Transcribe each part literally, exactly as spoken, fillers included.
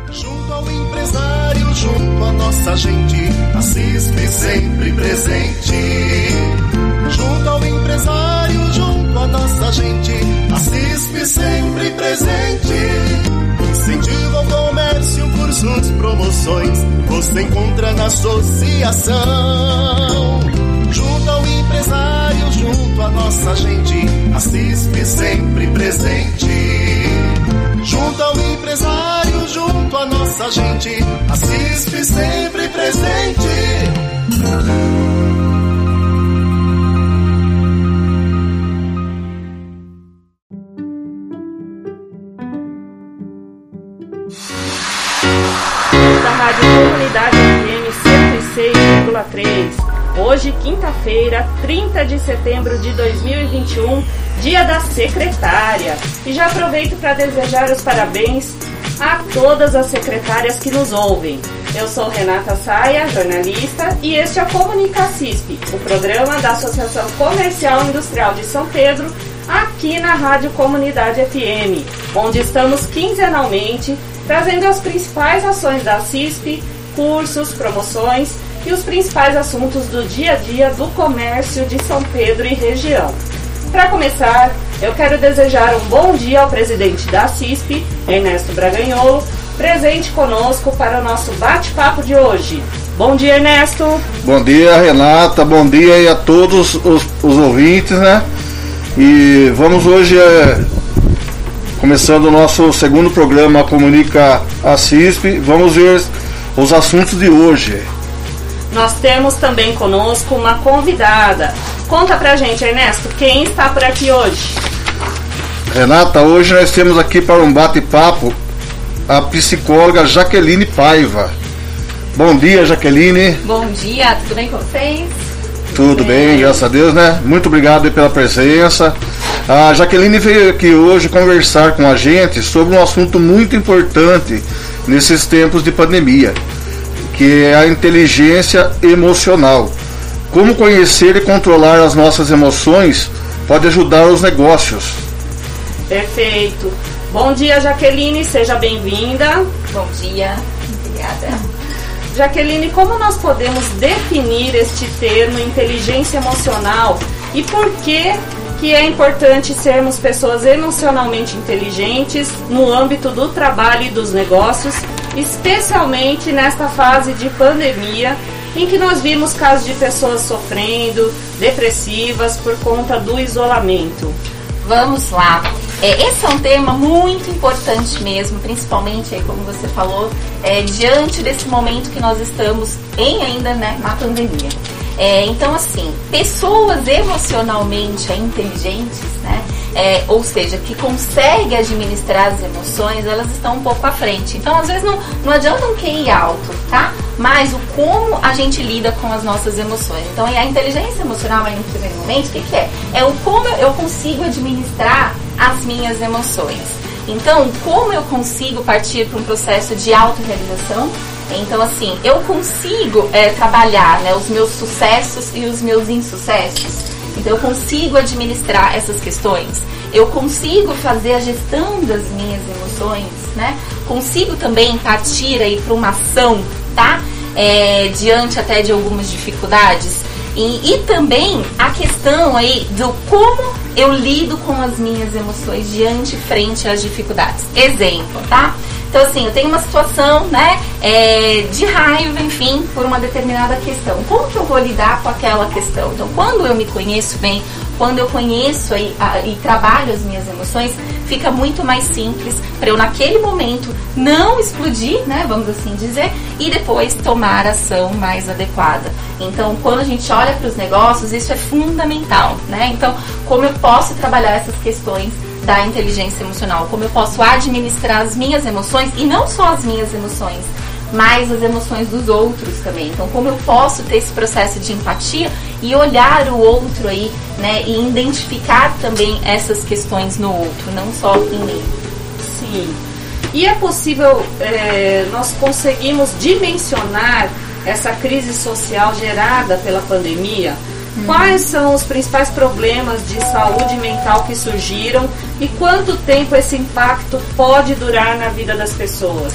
Junto ao empresário, junto à nossa gente, a CISP sempre presente. Junto ao empresário, junto à nossa gente, a CISP sempre presente. Incentivo ao comércio, cursos, promoções, você encontra na associação. Junto ao empresário, junto à nossa gente, a CISP sempre presente. Junto ao empresário, junto à nossa gente, a CISP sempre presente. Da Rádio Comunidade F M cento e seis vírgula três. Hoje, quinta-feira, trinta de setembro de dois mil e vinte e um, dia da secretária. E já aproveito para desejar os parabéns a todas as secretárias que nos ouvem. Eu sou Renata Saia, jornalista, e este é o Comunica CISP, o programa da Associação Comercial e Industrial de São Pedro, aqui na Rádio Comunidade F M, onde estamos quinzenalmente trazendo as principais ações da CISP, cursos, promoções e os principais assuntos do dia a dia do comércio de São Pedro e região. Para começar, eu quero desejar um bom dia ao presidente da CISP, Ernesto Braganholo, presente conosco para o nosso bate-papo de hoje. Bom dia, Ernesto. Bom dia, Renata. Bom dia aí a todos os, os ouvintes, né? E vamos hoje, é, começando o nosso segundo programa Comunica a CISP, vamos ver os assuntos de hoje. Nós temos também conosco uma convidada. Conta pra gente, Ernesto, quem está por aqui hoje? Renata, hoje nós temos aqui para um bate-papo a psicóloga Jaqueline Paiva. Bom dia, Jaqueline. Bom dia, tudo bem com vocês? Tudo bem, bem graças a Deus, né? Muito obrigado pela presença. A Jaqueline veio aqui hoje conversar com a gente sobre um assunto muito importante nesses tempos de pandemia, que é a inteligência emocional. Como conhecer e controlar as nossas emoções pode ajudar os negócios. Perfeito. Bom dia, Jaqueline, seja bem-vinda. Bom dia, obrigada. Jaqueline, como nós podemos definir este termo inteligência emocional e por que que é importante sermos pessoas emocionalmente inteligentes no âmbito do trabalho e dos negócios, especialmente nesta fase de pandemia, em que nós vimos casos de pessoas sofrendo, depressivas por conta do isolamento? Vamos lá. É, esse é um tema muito importante mesmo, principalmente, aí, como você falou, é, diante desse momento que nós estamos em ainda, né, na pandemia. É, então, assim, pessoas emocionalmente inteligentes, né, é, ou seja, que conseguem administrar as emoções, elas estão um pouco à frente. Então, às vezes, não, não adianta um Q I alto, tá? Mas o como a gente lida com as nossas emoções. Então, a inteligência emocional, aí no primeiro momento, o que, que é? É o como eu consigo administrar as minhas emoções. Então, como eu consigo partir para um processo de autorrealização? Então, assim, eu consigo é, trabalhar, né, os meus sucessos e os meus insucessos. Então, eu consigo administrar essas questões. Eu consigo fazer a gestão das minhas emoções, né? Consigo também partir aí para uma ação, tá? É, diante até de algumas dificuldades. E, e também a questão aí do como eu lido com as minhas emoções diante frente às dificuldades. Exemplo, tá? Então, assim, eu tenho uma situação, né, é, de raiva, enfim, por uma determinada questão. Como que eu vou lidar com aquela questão? Então, quando eu me conheço bem, quando eu conheço aí, a, e trabalho as minhas emoções, fica muito mais simples para eu, naquele momento, não explodir, né, vamos assim dizer, e depois tomar a ação mais adequada. Então, quando a gente olha para os negócios, isso é fundamental, né? Então, como eu posso trabalhar essas questões da inteligência emocional, como eu posso administrar as minhas emoções, e não só as minhas emoções, mas as emoções dos outros também. Então, como eu posso ter esse processo de empatia e olhar o outro aí, né, e identificar também essas questões no outro, não só em mim. Sim. E é possível, é, nós conseguimos dimensionar essa crise social gerada pela pandemia? Quais são os principais problemas de saúde mental que surgiram e quanto tempo esse impacto pode durar na vida das pessoas?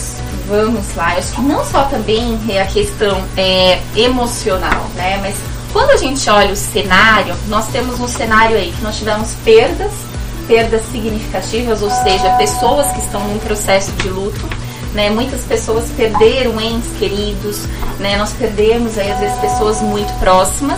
vamos lá, eu acho que não só também é a questão é, emocional, né? Mas quando a gente olha o cenário, nós temos um cenário aí que nós tivemos perdas, perdas significativas, ou seja, pessoas que estão em processo de luto, né? Muitas pessoas perderam entes queridos, né? Nós perdemos aí às vezes pessoas muito próximas.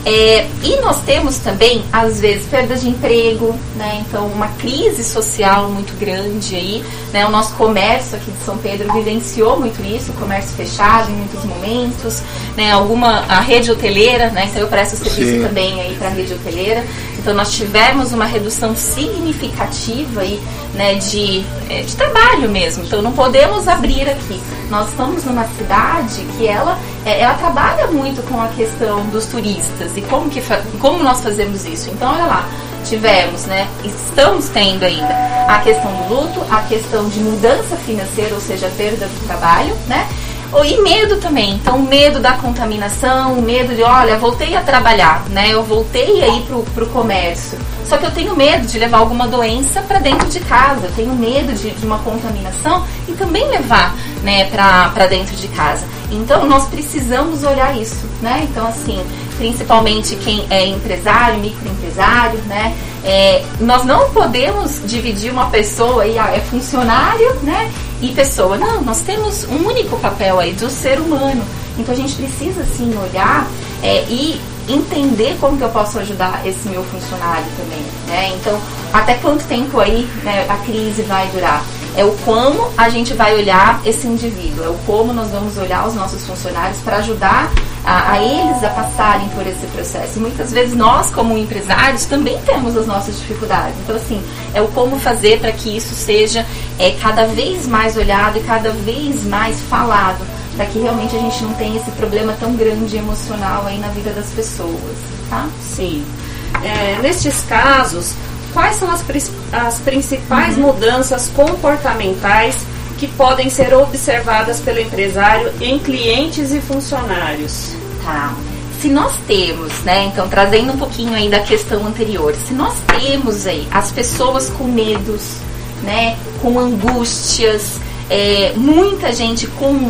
É, e nós temos também, às vezes, perda de emprego, né? Então uma crise social muito grande aí, né? O nosso comércio aqui de São Pedro vivenciou muito isso, o comércio fechado em muitos momentos, né? Alguma, a rede hoteleira, né? Então eu presto serviço Sim. também aí para a rede hoteleira, então nós tivemos uma redução significativa aí, né? de, de trabalho mesmo, então não podemos abrir aqui. Nós estamos numa cidade que ela, ela trabalha muito com a questão dos turistas e como, que, como nós fazemos isso. Então, olha lá, tivemos, né, estamos tendo ainda a questão do luto, a questão de mudança financeira, ou seja, perda do trabalho, né? E medo também, então o medo da contaminação, o medo de, olha, voltei a trabalhar, né? Eu voltei aí pro, pro comércio, só que eu tenho medo de levar alguma doença para dentro de casa, eu tenho medo de, de uma contaminação e também levar, né, para dentro de casa. Então nós precisamos olhar isso, né? Então assim, principalmente quem é empresário, microempresário, né? É, nós não podemos dividir uma pessoa aí, ah, é funcionário, né? E pessoa. Não, nós temos um único papel aí do ser humano. Então a gente precisa sim olhar é, e entender como que eu posso ajudar esse meu funcionário também, né? Então, até quanto tempo aí, né, a crise vai durar? É o como a gente vai olhar esse indivíduo, é o como nós vamos olhar os nossos funcionários para ajudar a, a eles a passarem por esse processo. E muitas vezes nós, como empresários, também temos as nossas dificuldades. Então, assim, é o como fazer para que isso seja é, cada vez mais olhado e cada vez mais falado, para que realmente a gente não tenha esse problema tão grande emocional aí na vida das pessoas, tá? Sim. É, nestes casos, quais são as, as principais uhum. mudanças comportamentais que podem ser observadas pelo empresário em clientes e funcionários? Tá. Se nós temos, né, então trazendo um pouquinho aí da questão anterior, se nós temos aí as pessoas com medos, né, com angústias, é, muita gente com hum,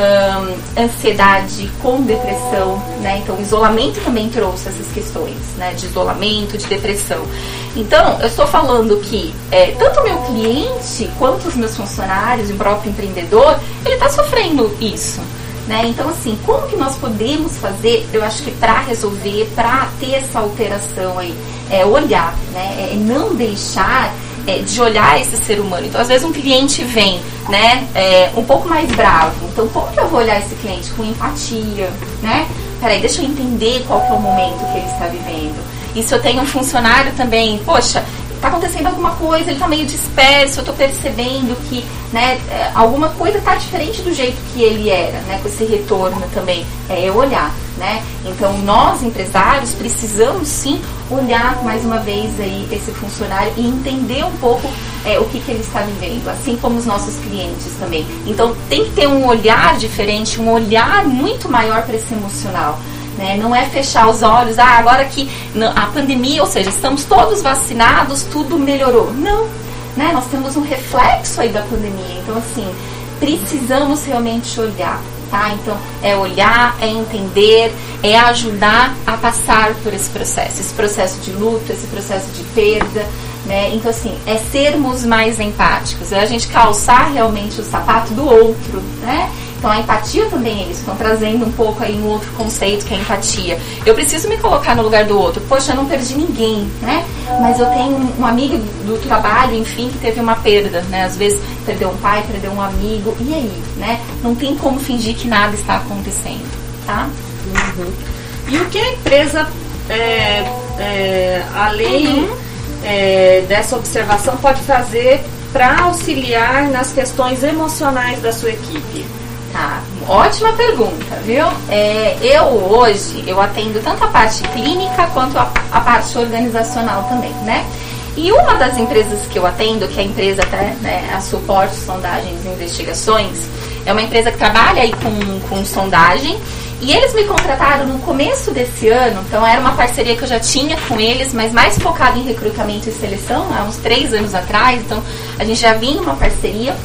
ansiedade, com depressão, né? Então o isolamento também trouxe essas questões, né? De isolamento, de depressão. Então eu estou falando que é, tanto o meu cliente quanto os meus funcionários e o próprio empreendedor, ele está sofrendo isso, né? Então assim, como que nós podemos fazer, eu acho que para resolver, para ter essa alteração aí, é olhar, né? É não deixar É, de olhar esse ser humano. Então, às vezes um cliente vem, né, é, um pouco mais bravo. Então, como que eu vou olhar esse cliente? Com empatia, né? Peraí, deixa eu entender qual que é o momento que ele está vivendo. E se eu tenho um funcionário também, poxa, tá acontecendo alguma coisa, ele tá meio disperso, eu tô percebendo que, né, alguma coisa tá diferente do jeito que ele era, né, com esse retorno também, é eu olhar, né? Então, nós, empresários, precisamos sim olhar mais uma vez aí esse funcionário e entender um pouco é, o que, que ele está vivendo, assim como os nossos clientes também. Então, tem que ter um olhar diferente, um olhar muito maior para esse emocional. Né? Não é fechar os olhos, ah, agora que a pandemia, ou seja, estamos todos vacinados, tudo melhorou. Não, né? Nós temos um reflexo aí da pandemia, então assim, precisamos realmente olhar, tá? Então, é olhar, é entender, é ajudar a passar por esse processo, esse processo de luto, esse processo de perda, né? Então assim, é sermos mais empáticos, é a gente calçar realmente o sapato do outro, né? Então a empatia também é isso, estão trazendo um pouco aí um outro conceito que é a empatia. Eu preciso me colocar no lugar do outro. Poxa, eu não perdi ninguém, né? Mas eu tenho um, um amigo do trabalho, enfim, que teve uma perda, né? Às vezes perdeu um pai, perdeu um amigo, e aí, né? Não tem como fingir que nada está acontecendo, tá? Uhum. E o que a empresa, é, é, além uhum. é, dessa observação, pode fazer para auxiliar nas questões emocionais da sua equipe? Tá, ótima pergunta, viu? É, eu hoje, eu atendo tanto a parte clínica quanto a, a parte organizacional também, né? E uma das empresas que eu atendo, que é a empresa até, né, a Suporte Sondagens e Investigações, é uma empresa que trabalha aí com, com sondagem, e eles me contrataram no começo desse ano, então era uma parceria que eu já tinha com eles, mas mais focada em recrutamento e seleção, há uns três anos atrás, então a gente já vinha uma parceria.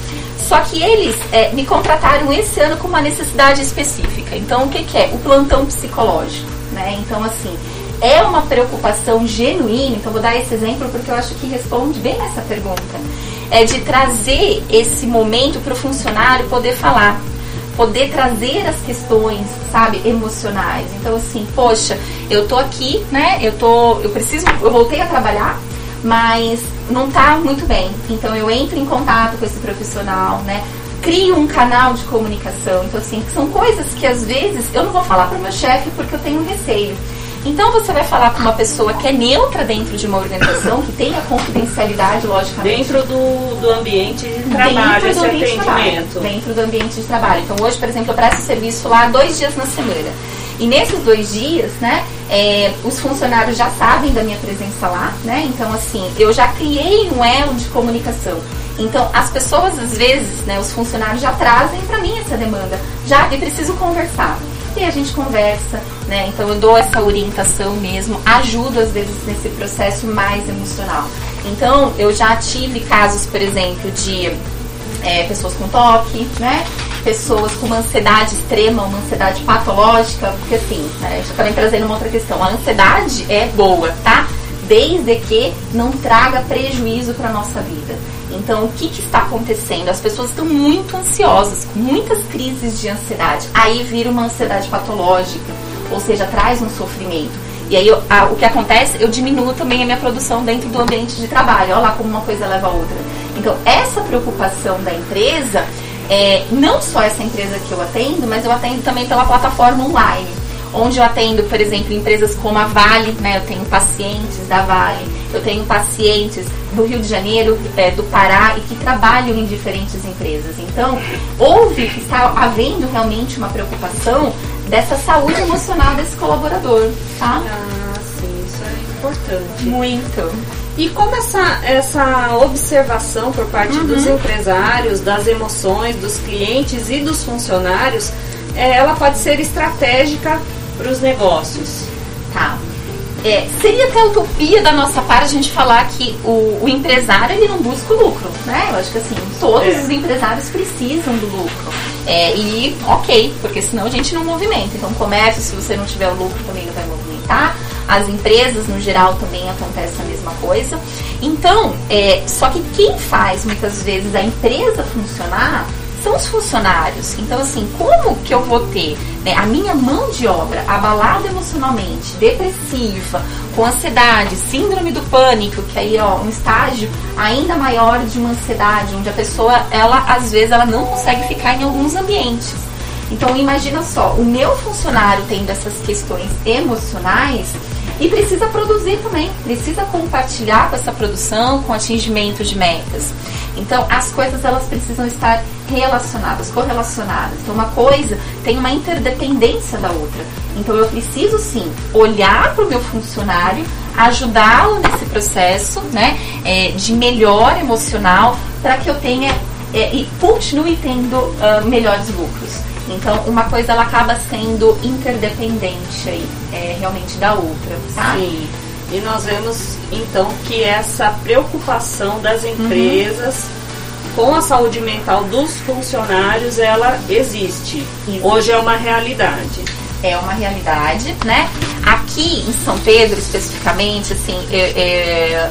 Só que eles é, me contrataram esse ano com uma necessidade específica. Então, o que, que é? O plantão psicológico, né? Então, assim, é uma preocupação genuína. Então, vou dar esse exemplo porque eu acho que responde bem essa pergunta. É de trazer esse momento para o funcionário poder falar, poder trazer as questões, sabe, emocionais. Então, assim, poxa, eu tô aqui, né? Eu tô, eu preciso, eu voltei a trabalhar, mas não tá muito bem. Então eu entro em contato com esse profissional, né? Crio um canal de comunicação. Então, assim, são coisas que às vezes eu não vou falar para o meu chefe porque eu tenho receio. Então você vai falar com uma pessoa que é neutra dentro de uma organização, que tem a confidencialidade, logicamente. Dentro do, do ambiente de trabalho, dentro do esse ambiente atendimento. De trabalho, dentro do ambiente de trabalho. Então hoje, por exemplo, eu presto serviço lá dois dias na semana. E nesses dois dias, né, é, os funcionários já sabem da minha presença lá, né? Então, assim, eu já criei um elo de comunicação. Então, as pessoas, às vezes, né, os funcionários já trazem para mim essa demanda. Já, eu preciso conversar. E a gente conversa, né? Então, eu dou essa orientação mesmo, ajudo, às vezes, nesse processo mais emocional. Então, eu já tive casos, por exemplo, de é, pessoas com toque, né? Pessoas com uma ansiedade extrema, uma ansiedade patológica, porque assim, né, já também trazendo uma outra questão, a ansiedade é boa, tá? Desde que não traga prejuízo para a nossa vida. Então, o que, que está acontecendo? As pessoas estão muito ansiosas, com muitas crises de ansiedade. Aí vira uma ansiedade patológica, ou seja, traz um sofrimento. E aí, eu, a, o que acontece, eu diminuo também a minha produção dentro do ambiente de trabalho. Olha lá como uma coisa leva a outra. Então, essa preocupação da empresa... É, não só essa empresa que eu atendo, mas eu atendo também pela plataforma online, onde eu atendo, por exemplo, empresas como a Vale, né? Eu tenho pacientes da Vale, eu tenho pacientes do Rio de Janeiro, é, do Pará, e que trabalham em diferentes empresas. Então, houve, está havendo realmente uma preocupação dessa saúde emocional desse colaborador, tá? Ah, sim, isso é importante. Muito. E como essa, essa observação por parte uhum. dos empresários, das emoções dos clientes e dos funcionários, é, ela pode ser estratégica para os negócios? Tá. É, seria até utopia da nossa parte a gente falar que o, o empresário ele não busca o lucro, né? Eu acho que assim, todos é. os empresários precisam do lucro. É, e ok, porque senão a gente não movimenta. Então, comércio, se você não tiver o lucro, também não vai movimentar. As empresas, no geral, também acontece a mesma coisa. Então, é, só que quem faz, muitas vezes, a empresa funcionar são os funcionários. Então, assim, como que eu vou ter, né, a minha mão de obra abalada emocionalmente, depressiva, com ansiedade, síndrome do pânico, que aí, ó, um estágio ainda maior de uma ansiedade, onde a pessoa, ela, às vezes, ela não consegue ficar em alguns ambientes. Então, imagina só, o meu funcionário tendo essas questões emocionais e precisa produzir também, precisa compartilhar com essa produção, com atingimento de metas. Então, as coisas, elas precisam estar relacionadas, correlacionadas. Então, uma coisa tem uma interdependência da outra. Então, eu preciso, sim, olhar para o meu funcionário, ajudá-lo nesse processo, né, é, de melhora emocional, para que eu tenha é, e continue tendo uh, melhores lucros. Então, uma coisa, ela acaba sendo interdependente aí, é, realmente da outra, tá? Sim. E nós vemos, então, que essa preocupação das empresas uhum. com a saúde mental dos funcionários, ela existe. existe. Hoje é uma realidade. É uma realidade, né? Aqui em São Pedro, especificamente, assim, é, é,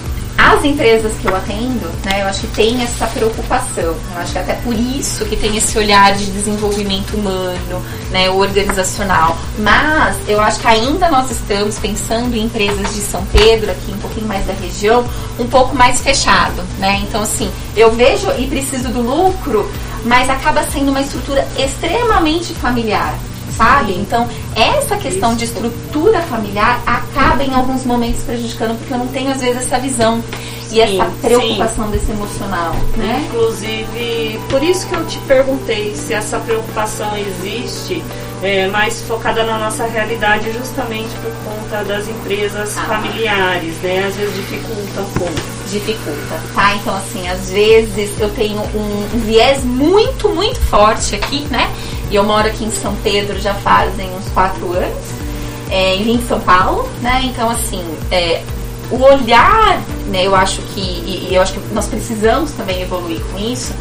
as empresas que eu atendo, né, eu acho que tem essa preocupação. Eu acho que até por isso que tem esse olhar de desenvolvimento humano, né, organizacional. Mas eu acho que ainda nós estamos pensando em empresas de São Pedro, aqui um pouquinho mais da região, um pouco mais fechado, né? Então, assim, eu vejo e preciso do lucro, mas acaba sendo uma estrutura extremamente familiar, sabe? Então, essa questão Isso. de estrutura familiar acaba em alguns momentos prejudicando, porque eu não tenho, às vezes, essa visão e sim, essa preocupação sim. desse emocional, né? Inclusive, por isso que eu te perguntei se essa preocupação existe, é, mais focada na nossa realidade, justamente por conta das empresas ah. familiares, né? Às vezes dificulta um pouco. Dificulta, tá? Então, assim, às vezes eu tenho um, um viés muito, muito forte aqui, né? E eu moro aqui em São Pedro já fazem uns quatro anos, é, e vim de São Paulo, né? Então, assim, é, o olhar, né? Eu acho que, e, e eu acho que nós precisamos também evoluir com isso,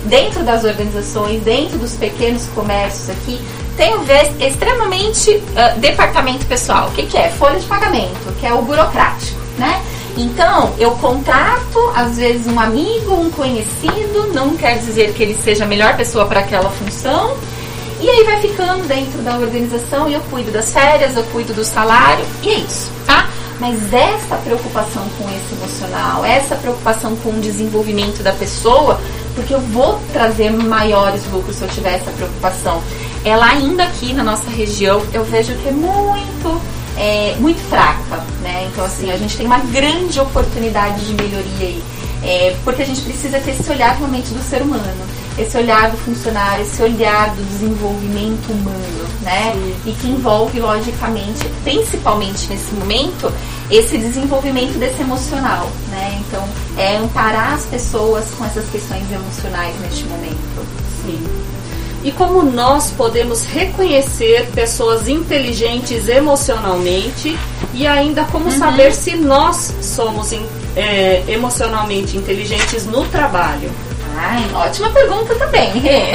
dentro das organizações, dentro dos pequenos comércios aqui, tenho visto extremamente uh, departamento pessoal. O que, que é? Folha de pagamento, que é o burocrático, né? Então, eu contrato, às vezes, um amigo, um conhecido, não quer dizer que ele seja a melhor pessoa para aquela função, e aí vai ficando dentro da organização e eu cuido das férias, eu cuido do salário, e é isso, tá? Mas essa preocupação com esse emocional, essa preocupação com o desenvolvimento da pessoa, porque eu vou trazer maiores lucros se eu tiver essa preocupação, ela ainda aqui na nossa região, eu vejo que é muito... É, muito fraca, né? Então, assim, a gente tem uma grande oportunidade de melhoria aí, é, porque a gente precisa ter esse olhar realmente do ser humano, esse olhar do funcionário, esse olhar do desenvolvimento humano, né? Sim. E que envolve, logicamente, principalmente nesse momento, esse desenvolvimento desse emocional, né? Então, é amparar as pessoas com essas questões emocionais neste momento. Sim. E como nós podemos reconhecer pessoas inteligentes emocionalmente e ainda como uhum. saber se nós somos é, emocionalmente inteligentes no trabalho? Ai, ótima pergunta também.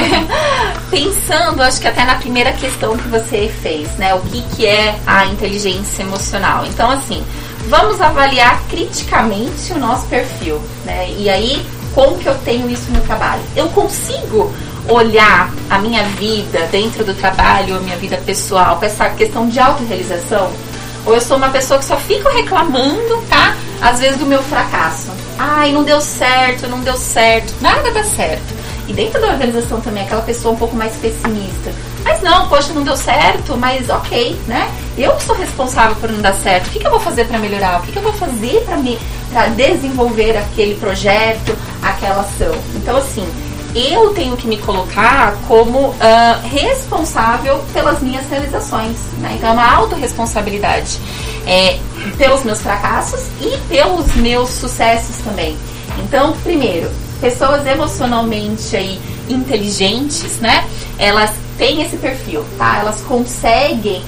Pensando, acho que até na primeira questão que você fez, né? O que, que é a inteligência emocional? Então, assim, vamos avaliar criticamente o nosso perfil, né? E aí, como que eu tenho isso no trabalho? Eu consigo olhar a minha vida dentro do trabalho, a minha vida pessoal, para essa questão de autorrealização? Ou eu sou uma pessoa que só fico reclamando, tá? Às vezes do meu fracasso. Ai, não deu certo, não deu certo, nada dá certo. E dentro da organização também, aquela pessoa um pouco mais pessimista. Mas não, poxa, não deu certo, mas ok, né? Eu que sou responsável por não dar certo. O que, que eu vou fazer para melhorar? O que, que eu vou fazer para me pra desenvolver aquele projeto, aquela ação? Então, assim, eu tenho que me colocar como uh, responsável pelas minhas realizações, né? Então é uma autorresponsabilidade é, pelos meus fracassos e pelos meus sucessos também. Então, primeiro, pessoas emocionalmente aí, inteligentes, né? Elas têm esse perfil, tá? Elas conseguem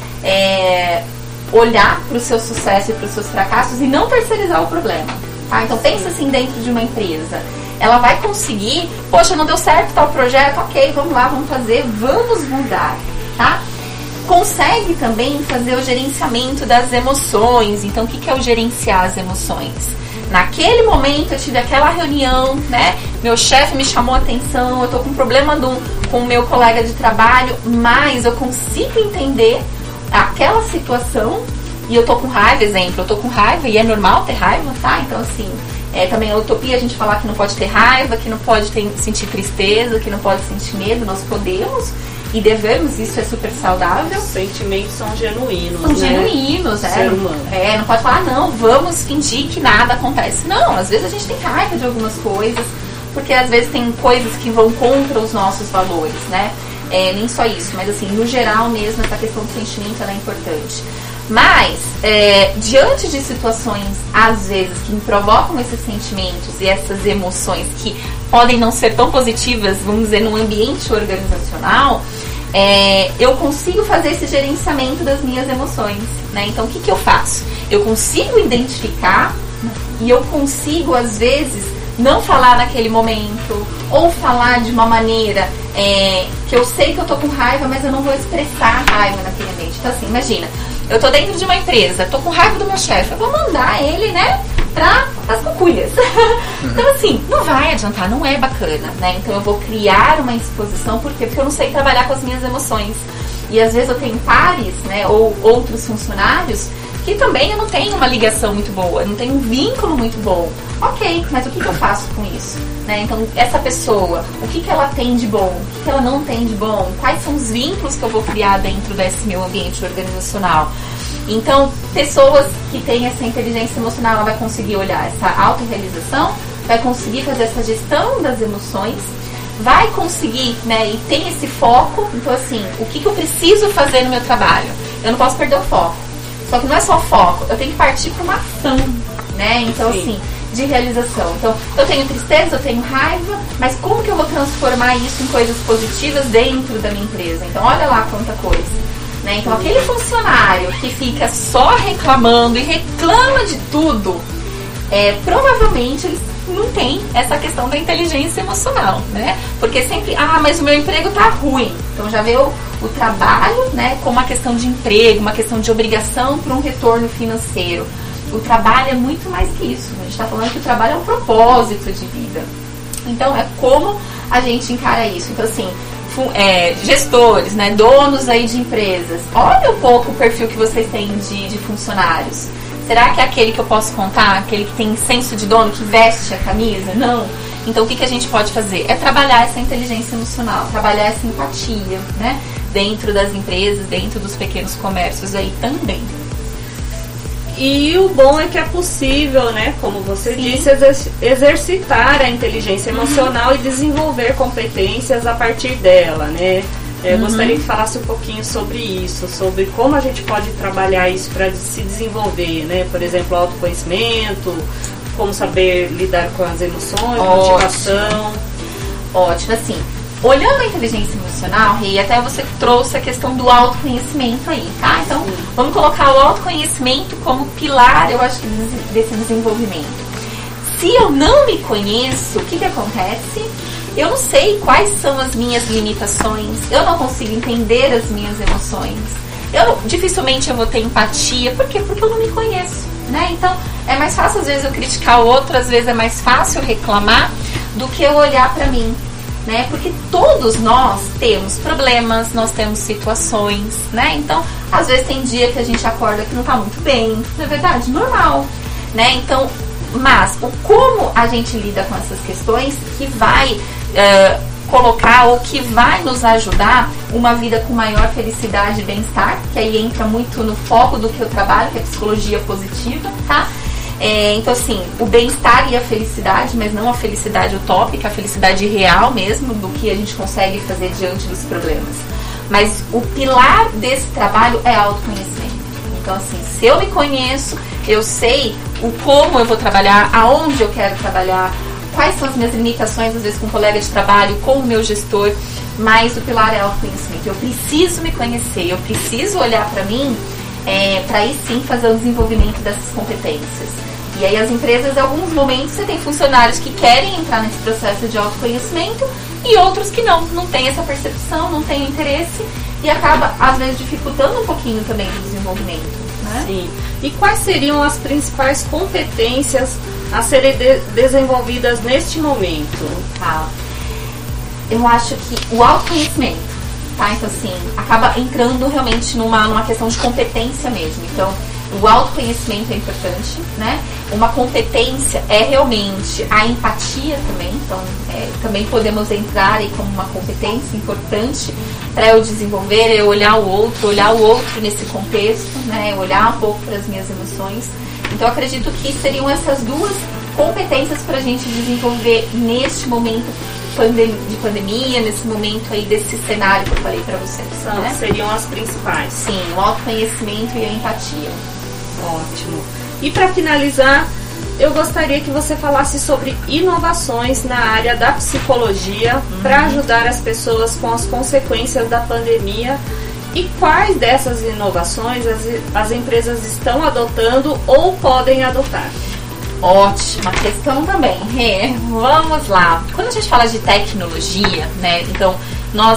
é, olhar para o seu sucesso e para os seus fracassos e não terceirizar o problema, tá? Então pensa assim dentro de uma empresa. Ela vai conseguir, poxa, não deu certo tal projeto, ok, vamos lá, vamos fazer, vamos mudar, tá? Consegue também fazer o gerenciamento das emoções. Então, o que é o gerenciar as emoções? Naquele momento eu tive aquela reunião, né? Meu chefe me chamou a atenção, eu tô com um problema do, com o meu colega de trabalho, mas eu consigo entender aquela situação e eu tô com raiva, exemplo, eu tô com raiva e é normal ter raiva, tá? Então, assim... É também a utopia a gente falar que não pode ter raiva, que não pode ter, sentir tristeza, que não pode sentir medo. Nós podemos e devemos, isso é super saudável. Os sentimentos são genuínos, São né? genuínos, é. Ser humano. É, não pode falar, não, vamos fingir que nada acontece. Não, às vezes a gente tem raiva de algumas coisas, porque às vezes tem coisas que vão contra os nossos valores, né? É, nem só isso, mas assim, no geral mesmo, essa questão do sentimento ela é importante. Mas, é, diante de situações, às vezes, que me provocam esses sentimentos e essas emoções que podem não ser tão positivas, vamos dizer, num ambiente organizacional, é, eu consigo fazer esse gerenciamento das minhas emoções, né? Então, o que, que eu faço? Eu consigo identificar e eu consigo, às vezes, não falar naquele momento ou falar de uma maneira é, que eu sei que eu tô com raiva, mas eu não vou expressar a raiva naquele ambiente. Então, assim, imagina... Eu tô dentro de uma empresa, tô com raiva do meu chefe, eu vou mandar ele, né, pra as cucuias. Então, assim, não vai adiantar, não é bacana, né? Então eu vou criar uma exposição, por quê? Porque eu não sei trabalhar com as minhas emoções. E às vezes eu tenho pares, né, ou outros funcionários que também eu não tenho uma ligação muito boa, não tenho um vínculo muito bom. Ok, mas o que, que eu faço com isso? Né? Então, essa pessoa, o que, que ela tem de bom? O que, que ela não tem de bom? Quais são os vínculos que eu vou criar dentro desse meu ambiente organizacional? Então, pessoas que têm essa inteligência emocional, ela vai conseguir olhar essa autorrealização, vai conseguir fazer essa gestão das emoções, vai conseguir, né, e tem esse foco. Então, assim, o que, que eu preciso fazer no meu trabalho? Eu não posso perder o foco. Só que não é só foco, eu tenho que partir para uma ação, né? Então, Sim. assim, de realização. Então, eu tenho tristeza, eu tenho raiva, mas como que eu vou transformar isso em coisas positivas dentro da minha empresa? Então, olha lá quanta coisa, né? Então, aquele funcionário que fica só reclamando e reclama de tudo, é, provavelmente ele não tem essa questão da inteligência emocional, né? Porque sempre, ah, mas o meu emprego tá ruim. Então já vê o, o trabalho, né, como uma questão de emprego, uma questão de obrigação para um retorno financeiro. O trabalho é muito mais que isso. A gente está falando que o trabalho é um propósito de vida. Então é como a gente encara isso. Então assim, é, gestores, né, donos aí de empresas, olha um pouco o perfil que vocês têm de, de funcionários. Será que é aquele que eu posso contar? Aquele que tem senso de dono, que veste a camisa? Não. Então o que, que a gente pode fazer? É trabalhar essa inteligência emocional, trabalhar essa empatia, né, dentro das empresas, dentro dos pequenos comércios aí também. E o bom é que é possível, né, como você Sim. disse, exer- exercitar a inteligência emocional uhum. e desenvolver competências a partir dela, né? Eu uhum. gostaria que falasse um pouquinho sobre isso, sobre como a gente pode trabalhar isso para se desenvolver, né? Por exemplo, autoconhecimento, como saber lidar com as emoções, Ótimo. motivação. Ótimo, assim, olhando a inteligência emocional, e até você trouxe a questão do autoconhecimento aí, tá? Então, Sim. vamos colocar o autoconhecimento como pilar, eu acho que desse desenvolvimento. Se eu não me conheço, o que que acontece? Eu não sei quais são as minhas limitações, eu não consigo entender as minhas emoções, eu dificilmente eu vou ter empatia. Por quê? Porque eu não me conheço, né? Então, é mais fácil às vezes eu criticar o outro, às vezes é mais fácil eu reclamar do que eu olhar pra mim, né? Porque todos nós temos problemas, nós temos situações, né? Então, às vezes tem dia que a gente acorda que não tá muito bem, não é verdade? Normal, né? Então, mas o como a gente lida com essas questões que vai uh, colocar ou que vai nos ajudar uma vida com maior felicidade e bem-estar, que aí entra muito no foco do que eu trabalho, que é a psicologia positiva, tá? É, então assim, o bem-estar e a felicidade, mas não a felicidade utópica, a felicidade real mesmo, do que a gente consegue fazer diante dos problemas. Mas o pilar desse trabalho é autoconhecimento. Então assim, se eu me conheço, eu sei o como eu vou trabalhar, aonde eu quero trabalhar, quais são as minhas limitações, às vezes com um colega de trabalho, com o meu gestor, mas o pilar é autoconhecimento. Eu preciso me conhecer, eu preciso olhar para mim, é, para aí sim fazer o desenvolvimento dessas competências. E aí as empresas, em alguns momentos, você tem funcionários que querem entrar nesse processo de autoconhecimento e outros que não, não têm essa percepção, não têm interesse e acaba, às vezes, dificultando um pouquinho também o desenvolvimento. Né? Sim. E quais seriam as principais competências a serem de- desenvolvidas neste momento? Tá. Eu acho que o autoconhecimento, tá? Então, assim, acaba entrando realmente numa, numa questão de competência mesmo. Então, o autoconhecimento é importante, né? Uma competência é realmente a empatia também. Então, é, também podemos entrar aí como uma competência importante para eu desenvolver, eu olhar o outro, olhar o outro nesse contexto, né? Olhar um pouco para as minhas emoções. Então, eu acredito que seriam essas duas competências para a gente desenvolver neste momento de pandemia, nesse momento aí desse cenário que eu falei para vocês. São, né? Seriam as principais. Sim, o autoconhecimento e a empatia. Ótimo. E para finalizar, eu gostaria que você falasse sobre inovações na área da psicologia uhum. para ajudar as pessoas com as consequências da pandemia e quais dessas inovações as, as empresas estão adotando ou podem adotar. Ótima questão também. É, vamos lá. Quando a gente fala de tecnologia, né, então nós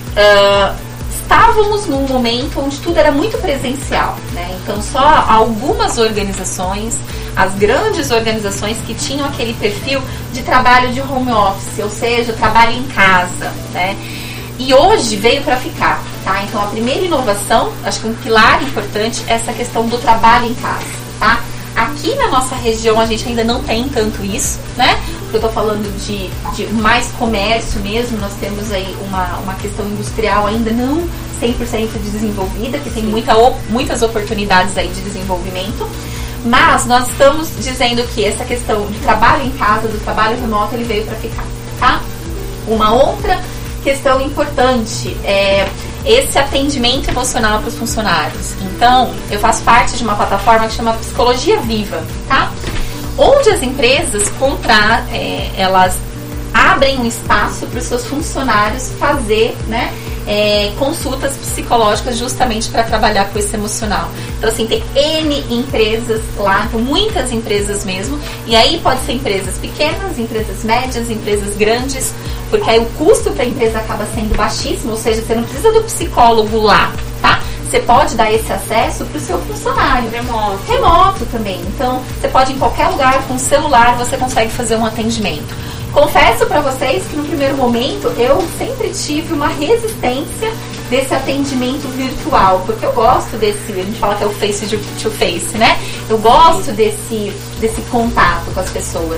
uh, estávamos num momento onde tudo era muito presencial, né? Então só algumas organizações, as grandes organizações que tinham aquele perfil de trabalho de home office, ou seja, trabalho em casa, né? E hoje veio para ficar, tá? Então a primeira inovação, acho que um pilar importante é essa questão do trabalho em casa, tá? Aqui na nossa região a gente ainda não tem tanto isso, né? Porque eu tô falando de, de mais comércio mesmo, nós temos aí uma, uma questão industrial ainda não cem por cento desenvolvida, que tem muita, muitas oportunidades aí de desenvolvimento, mas nós estamos dizendo que essa questão de trabalho em casa, do trabalho remoto, ele veio para ficar, tá? Uma outra questão importante é esse atendimento emocional para os funcionários. Então, eu faço parte de uma plataforma que chama Psicologia Viva, tá? Onde as empresas comprar, é, elas abrem um espaço para os seus funcionários fazer, né, é, consultas psicológicas justamente para trabalhar com esse emocional. Então, assim, tem N empresas lá, muitas empresas mesmo, e aí pode ser empresas pequenas, empresas médias, empresas grandes, porque aí o custo para a empresa acaba sendo baixíssimo, ou seja, você não precisa do psicólogo lá, tá? Você pode dar esse acesso para o seu funcionário. Remoto. Remoto também. Então, você pode em qualquer lugar, com o celular, você consegue fazer um atendimento. Confesso para vocês que no primeiro momento eu sempre tive uma resistência desse atendimento virtual, porque eu gosto desse, a gente fala que é o face to face, né? Eu gosto desse, desse contato com as pessoas.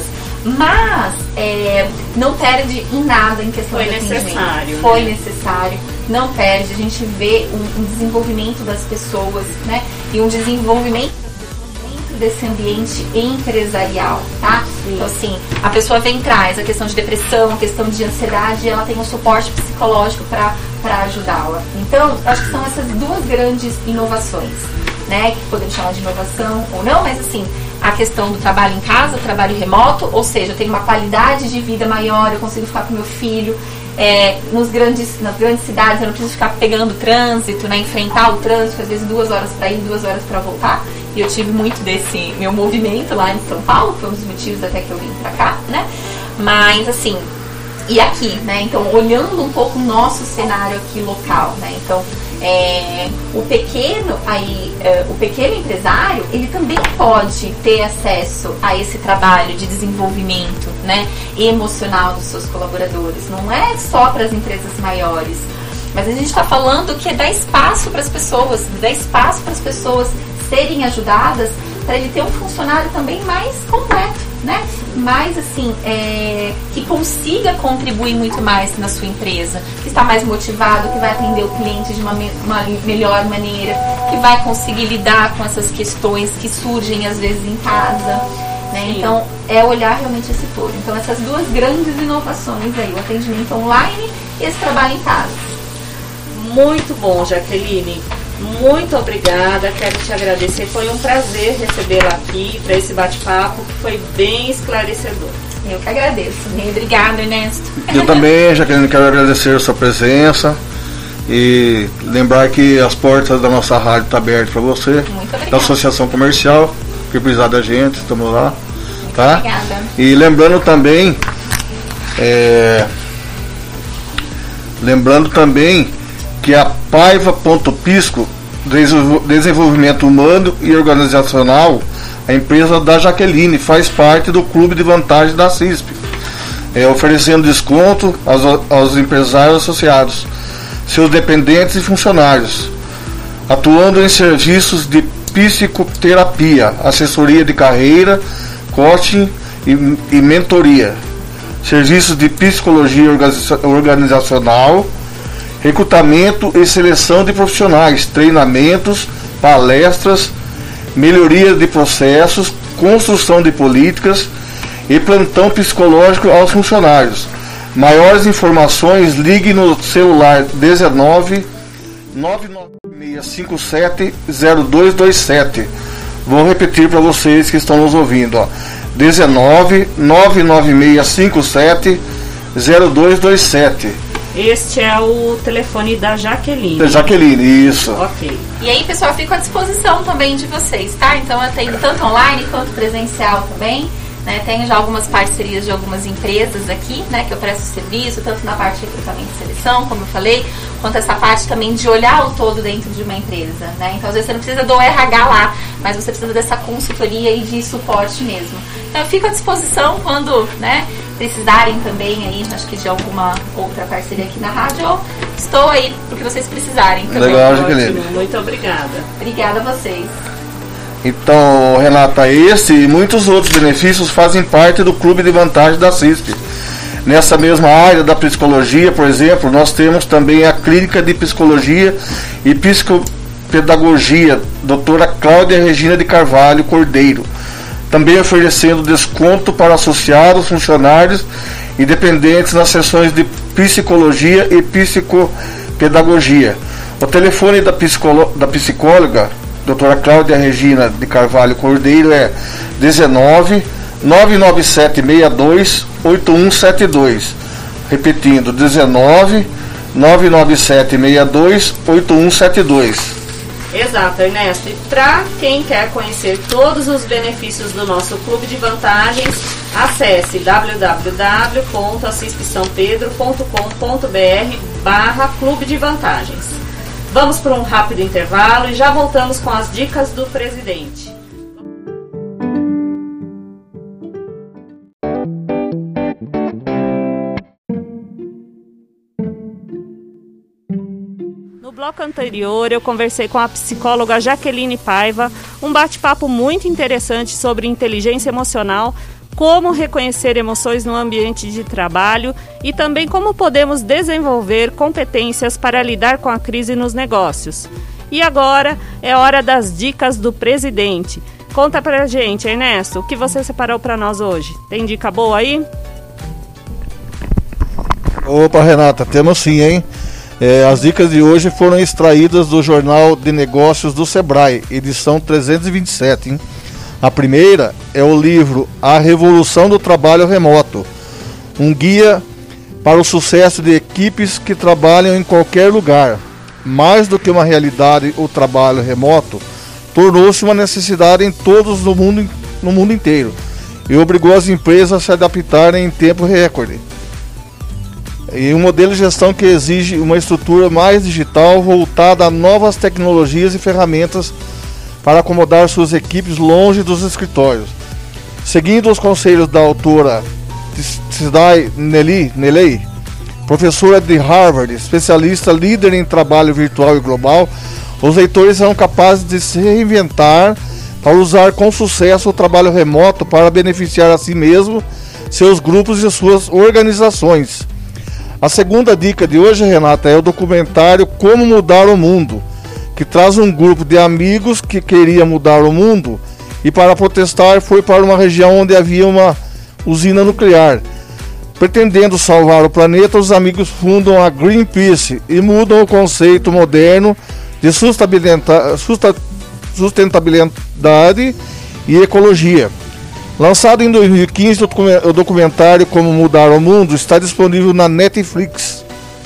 Mas é, não perde em nada em questão Foi de atendimento. necessário. Foi né? necessário. Não perde. A gente vê um, um desenvolvimento das pessoas, né? E um desenvolvimento dentro desse ambiente empresarial, tá? Sim. Então, assim, a pessoa vem traz a questão de depressão, a questão de ansiedade, e ela tem um suporte psicológico para para ajudá-la. Então, acho que são essas duas grandes inovações, né? Que podemos chamar de inovação ou não, mas assim, a questão do trabalho em casa, trabalho remoto, ou seja, eu tenho uma qualidade de vida maior, eu consigo ficar com meu filho. É, nos grandes, nas grandes cidades eu não preciso ficar pegando trânsito, né, enfrentar o trânsito, às vezes duas horas para ir, duas horas para voltar. E eu tive muito desse meu movimento lá em São Paulo, foi um dos motivos até que eu vim para cá, né? Mas assim, e aqui, né? Então, olhando um pouco o nosso cenário aqui local, né? Então, é, o pequeno aí, é, o pequeno empresário, ele também pode ter acesso a esse trabalho de desenvolvimento, né, emocional dos seus colaboradores. Não é só para as empresas maiores, mas a gente está falando que é dar espaço para as pessoas, dar espaço para as pessoas serem ajudadas, para ele ter um funcionário também mais completo, né? Mais assim, é, que consiga contribuir muito mais na sua empresa, que está mais motivado, que vai atender o cliente de uma, me uma melhor maneira, que vai conseguir lidar com essas questões que surgem às vezes em casa, né? Então, é olhar realmente esse todo. Então, essas duas grandes inovações aí, o atendimento online e esse trabalho em casa. Muito bom, Jaqueline. Muito obrigada, quero te agradecer. Foi um prazer recebê-la aqui para esse bate-papo, que foi bem esclarecedor. Eu que agradeço. Obrigada, Ernesto. Eu também, Jaqueline, quero agradecer a sua presença e lembrar que as portas da nossa rádio estão abertas para você. Muito obrigada. Da Associação Comercial, que precisar da gente, estamos lá. Tá? Obrigada. E lembrando também, é, lembrando também que a Paiva.pisco, Desenvolvimento Humano e Organizacional, a empresa da Jaqueline, faz parte do Clube de Vantagens da CISP, é, oferecendo desconto aos, aos empresários associados, seus dependentes e funcionários, atuando em serviços de psicoterapia, assessoria de carreira, coaching e, e mentoria, serviços de psicologia organizacional, recrutamento e seleção de profissionais, treinamentos, palestras, melhoria de processos, construção de políticas e plantão psicológico aos funcionários. Maiores informações, ligue no celular dezenove, nove nove seis cinco sete, zero dois dois sete. Vou repetir para vocês que estão nos ouvindo, ó. dezenove, nove nove seis cinco sete, zero dois dois sete. Este é o telefone da Jaqueline. Da Jaqueline, isso. Ok. E aí, pessoal, fico à disposição também de vocês, tá? Então, eu tenho tanto online quanto presencial também, né? Tenho já algumas parcerias de algumas empresas aqui, né? Que eu presto serviço, tanto na parte de recrutamento e seleção, como eu falei, quanto essa parte também de olhar o todo dentro de uma empresa, né? Então, às vezes, você não precisa do R H lá, mas você precisa dessa consultoria e de suporte mesmo. Então, eu fico à disposição quando, né, precisarem também aí, acho que de alguma outra parceria aqui na rádio, eu estou aí porque vocês precisarem também. Legal, Jaqueline. Muito obrigada. Obrigada a vocês. Então, Renata, esse e muitos outros benefícios fazem parte do Clube de Vantagens da CISP. Nessa mesma área da psicologia, por exemplo, nós temos também a Clínica de Psicologia e Psicopedagogia, doutora Cláudia Regina de Carvalho Cordeiro, também oferecendo desconto para associados, funcionários e dependentes nas sessões de psicologia e psicopedagogia. O telefone da, psicolo, da psicóloga, doutora Cláudia Regina de Carvalho Cordeiro, é dezenove, nove nove sete seis dois, oito um sete dois. Repetindo, dezenove, nove nove sete seis dois oito um sete dois. Exato, Ernesto. E para quem quer conhecer todos os benefícios do nosso Clube de Vantagens, acesse w w w ponto assisp são pedro ponto com ponto b r barra Clube de Vantagens. Vamos para um rápido intervalo e já voltamos com as dicas do presidente. No bloco anterior, eu conversei com a psicóloga Jaqueline Paiva, um bate-papo muito interessante sobre inteligência emocional, como reconhecer emoções no ambiente de trabalho e também como podemos desenvolver competências para lidar com a crise nos negócios. E agora é hora das dicas do presidente. Conta pra gente, Ernesto, o que você separou para nós hoje? Tem dica boa aí? Opa, Renata, temos sim, hein? É, as dicas de hoje foram extraídas do Jornal de Negócios do Sebrae, edição trezentos e vinte e sete. Hein? A primeira é o livro A Revolução do Trabalho Remoto, um guia para o sucesso de equipes que trabalham em qualquer lugar. Mais do que uma realidade, o trabalho remoto tornou-se uma necessidade em todos no mundo, no mundo inteiro e obrigou as empresas a se adaptarem em tempo recorde. E um modelo de gestão que exige uma estrutura mais digital voltada a novas tecnologias e ferramentas para acomodar suas equipes longe dos escritórios. Seguindo os conselhos da autora Sidney Neley, professora de Harvard, especialista líder em trabalho virtual e global, os leitores serão capazes de se reinventar para usar com sucesso o trabalho remoto para beneficiar a si mesmo, seus grupos e suas organizações. A segunda dica de hoje, Renata, é o documentário Como Mudar o Mundo, que traz um grupo de amigos que queria mudar o mundo e para protestar foi para uma região onde havia uma usina nuclear. Pretendendo salvar o planeta, os amigos fundam a Greenpeace e mudam o conceito moderno de sustentabilidade e ecologia. Lançado em dois mil e quinze, o documentário Como Mudar o Mundo está disponível na Netflix.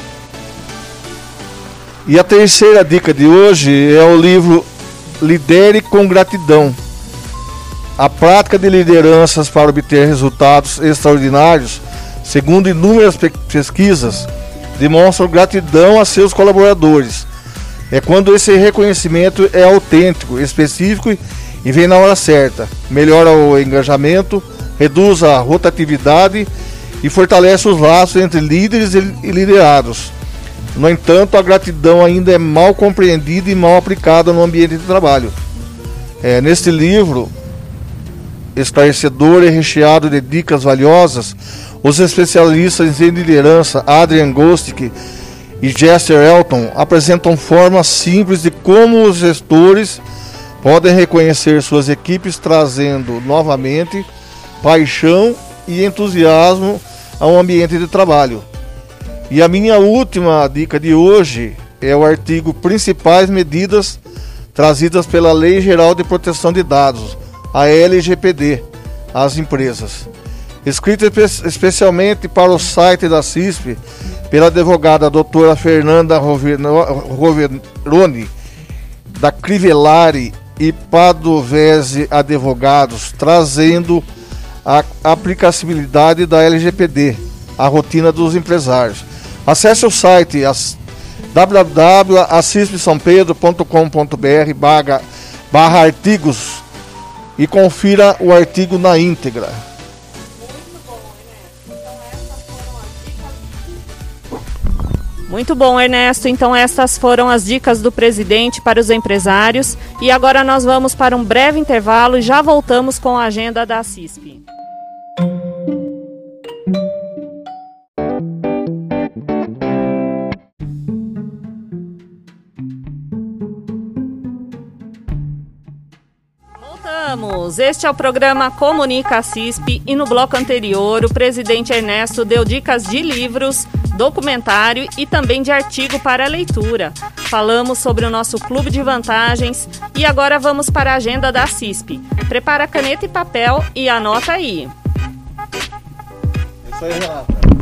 E a terceira dica de hoje é o livro Lidere com Gratidão. A prática de lideranças para obter resultados extraordinários, segundo inúmeras pesquisas, demonstra gratidão a seus colaboradores. É quando esse reconhecimento é autêntico, específico e vem na hora certa, melhora o engajamento, reduz a rotatividade e fortalece os laços entre líderes e liderados. No entanto, a gratidão ainda é mal compreendida e mal aplicada no ambiente de trabalho. É, neste livro, esclarecedor e recheado de dicas valiosas, os especialistas em liderança Adrian Gostick e Jester Elton apresentam formas simples de como os gestores podem reconhecer suas equipes, trazendo novamente paixão e entusiasmo ao ambiente de trabalho. E a minha última dica de hoje é o artigo Principais Medidas trazidas pela Lei Geral de Proteção de Dados, a L G P D, às empresas. Escrito espe- especialmente para o site da C I S P pela advogada doutora Fernanda Roveroni, da Crivellari e Padovese Advogados, trazendo a aplicabilidade da L G P D à rotina dos empresários. Acesse o site w w w ponto assisp são pedro ponto com ponto b r barra artigos e confira o artigo na íntegra. Muito bom, Ernesto. Então essas foram as dicas do presidente para os empresários. E agora nós vamos para um breve intervalo e já voltamos com a agenda da C I S P. Voltamos! Este é o programa Comunica C I S P e no bloco anterior o presidente Ernesto deu dicas de livros, documentário e também de artigo para leitura. Falamos sobre o nosso clube de vantagens e agora vamos para a agenda da C I S P. Prepara caneta e papel e anota aí. Isso aí, Renata.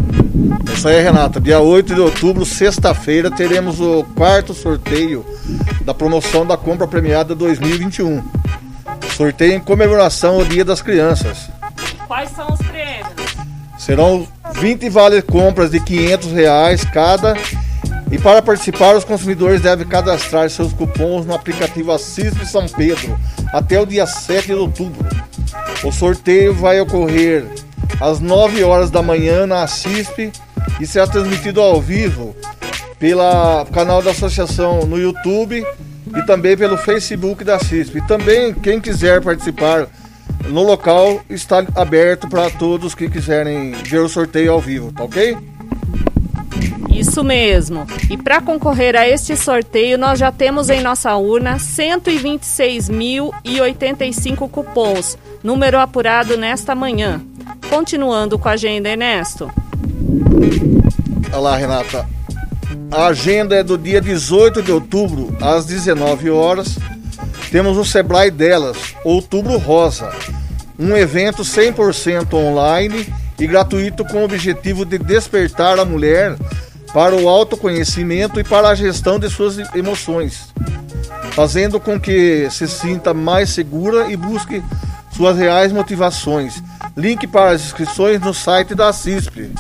É isso aí, Renata. Dia oito de outubro, sexta-feira, teremos o quarto sorteio da promoção da compra premiada dois mil e vinte e um. Sorteio em comemoração ao Dia das Crianças. Quais são os prêmios? Serão vinte vale compras de quinhentos reais cada. E para participar, os consumidores devem cadastrar seus cupons no aplicativo Assispe São Pedro até o dia sete de outubro. O sorteio vai ocorrer às nove horas da manhã na Assispe e será transmitido ao vivo pelo canal da associação no YouTube e também pelo Facebook da Assispe. E também, quem quiser participar no local, está aberto para todos que quiserem ver o sorteio ao vivo, tá ok? Isso mesmo. E para concorrer a este sorteio, nós já temos em nossa urna cento e vinte e seis mil e oitenta e cinco cupons, número apurado nesta manhã. Continuando com a agenda, Ernesto. Olha lá, Renata. A agenda é do dia dezoito de outubro, às dezenove horas. Temos o Sebrae Delas, Outubro Rosa, um evento cem por cento online e gratuito com o objetivo de despertar a mulher para o autoconhecimento e para a gestão de suas emoções, fazendo com que se sinta mais segura e busque suas reais motivações. Link para as inscrições no site da Assispe.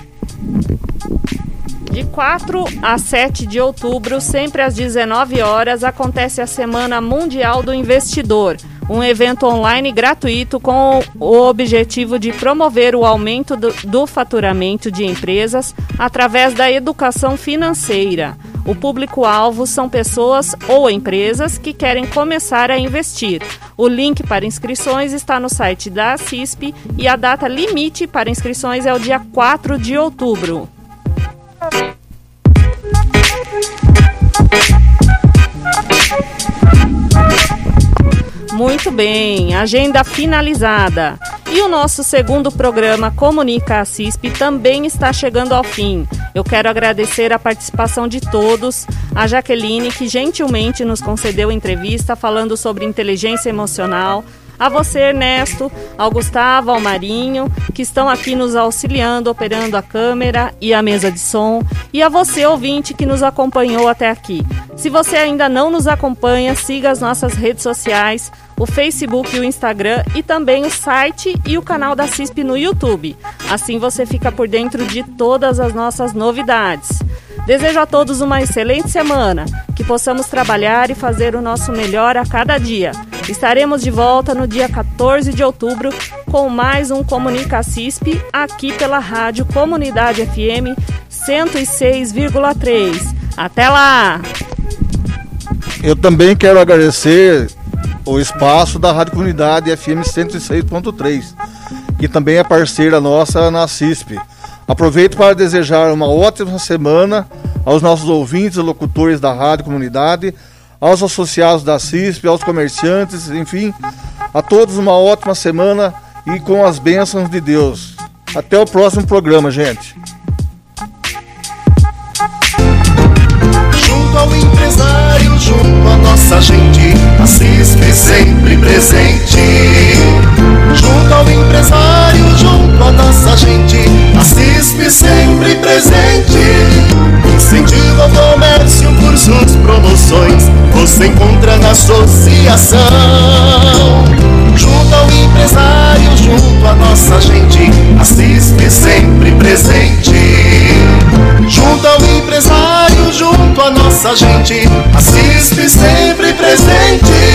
De quatro a sete de outubro, sempre às dezenove horas, acontece a Semana Mundial do Investidor, um evento online gratuito com o objetivo de promover o aumento do, do faturamento de empresas através da educação financeira. O público-alvo são pessoas ou empresas que querem começar a investir. O link para inscrições está no site da Assispe e a data limite para inscrições é o dia quatro de outubro. Muito bem, agenda finalizada. E o nosso segundo programa Comunica Assispe também está chegando ao fim. Eu quero agradecer a participação de todos, a Jaqueline, que gentilmente nos concedeu entrevista falando sobre inteligência emocional, a você, Ernesto, ao Gustavo, ao Marinho, que estão aqui nos auxiliando, operando a câmera e a mesa de som, e a você, ouvinte, que nos acompanhou até aqui. Se você ainda não nos acompanha, siga as nossas redes sociais, o Facebook e o Instagram, e também o site e o canal da Assispe no YouTube. Assim você fica por dentro de todas as nossas novidades. Desejo a todos uma excelente semana, que possamos trabalhar e fazer o nosso melhor a cada dia. Estaremos de volta no dia quatorze de outubro com mais um Comunica Assispe aqui pela Rádio Comunidade F M cento e seis vírgula três. Até lá! Eu também quero agradecer o espaço da Rádio Comunidade F M cento e seis ponto três, que também é parceira nossa na Assispe. Aproveito para desejar uma ótima semana aos nossos ouvintes e locutores da Rádio Comunidade, aos associados da Assispe, aos comerciantes, enfim, a todos uma ótima semana e com as bênçãos de Deus. Até o próximo programa, gente. Junto ao empresário, junto à nossa gente, Assispe sempre presente. Junto ao empresário, junto à nossa gente, Assispe sempre presente. Incentiva o comércio, cursos, promoções, você encontra na associação. Junto ao empresário, junto à nossa gente, Assispe sempre presente. Junto ao empresário, junto à nossa gente, Assispe sempre presente.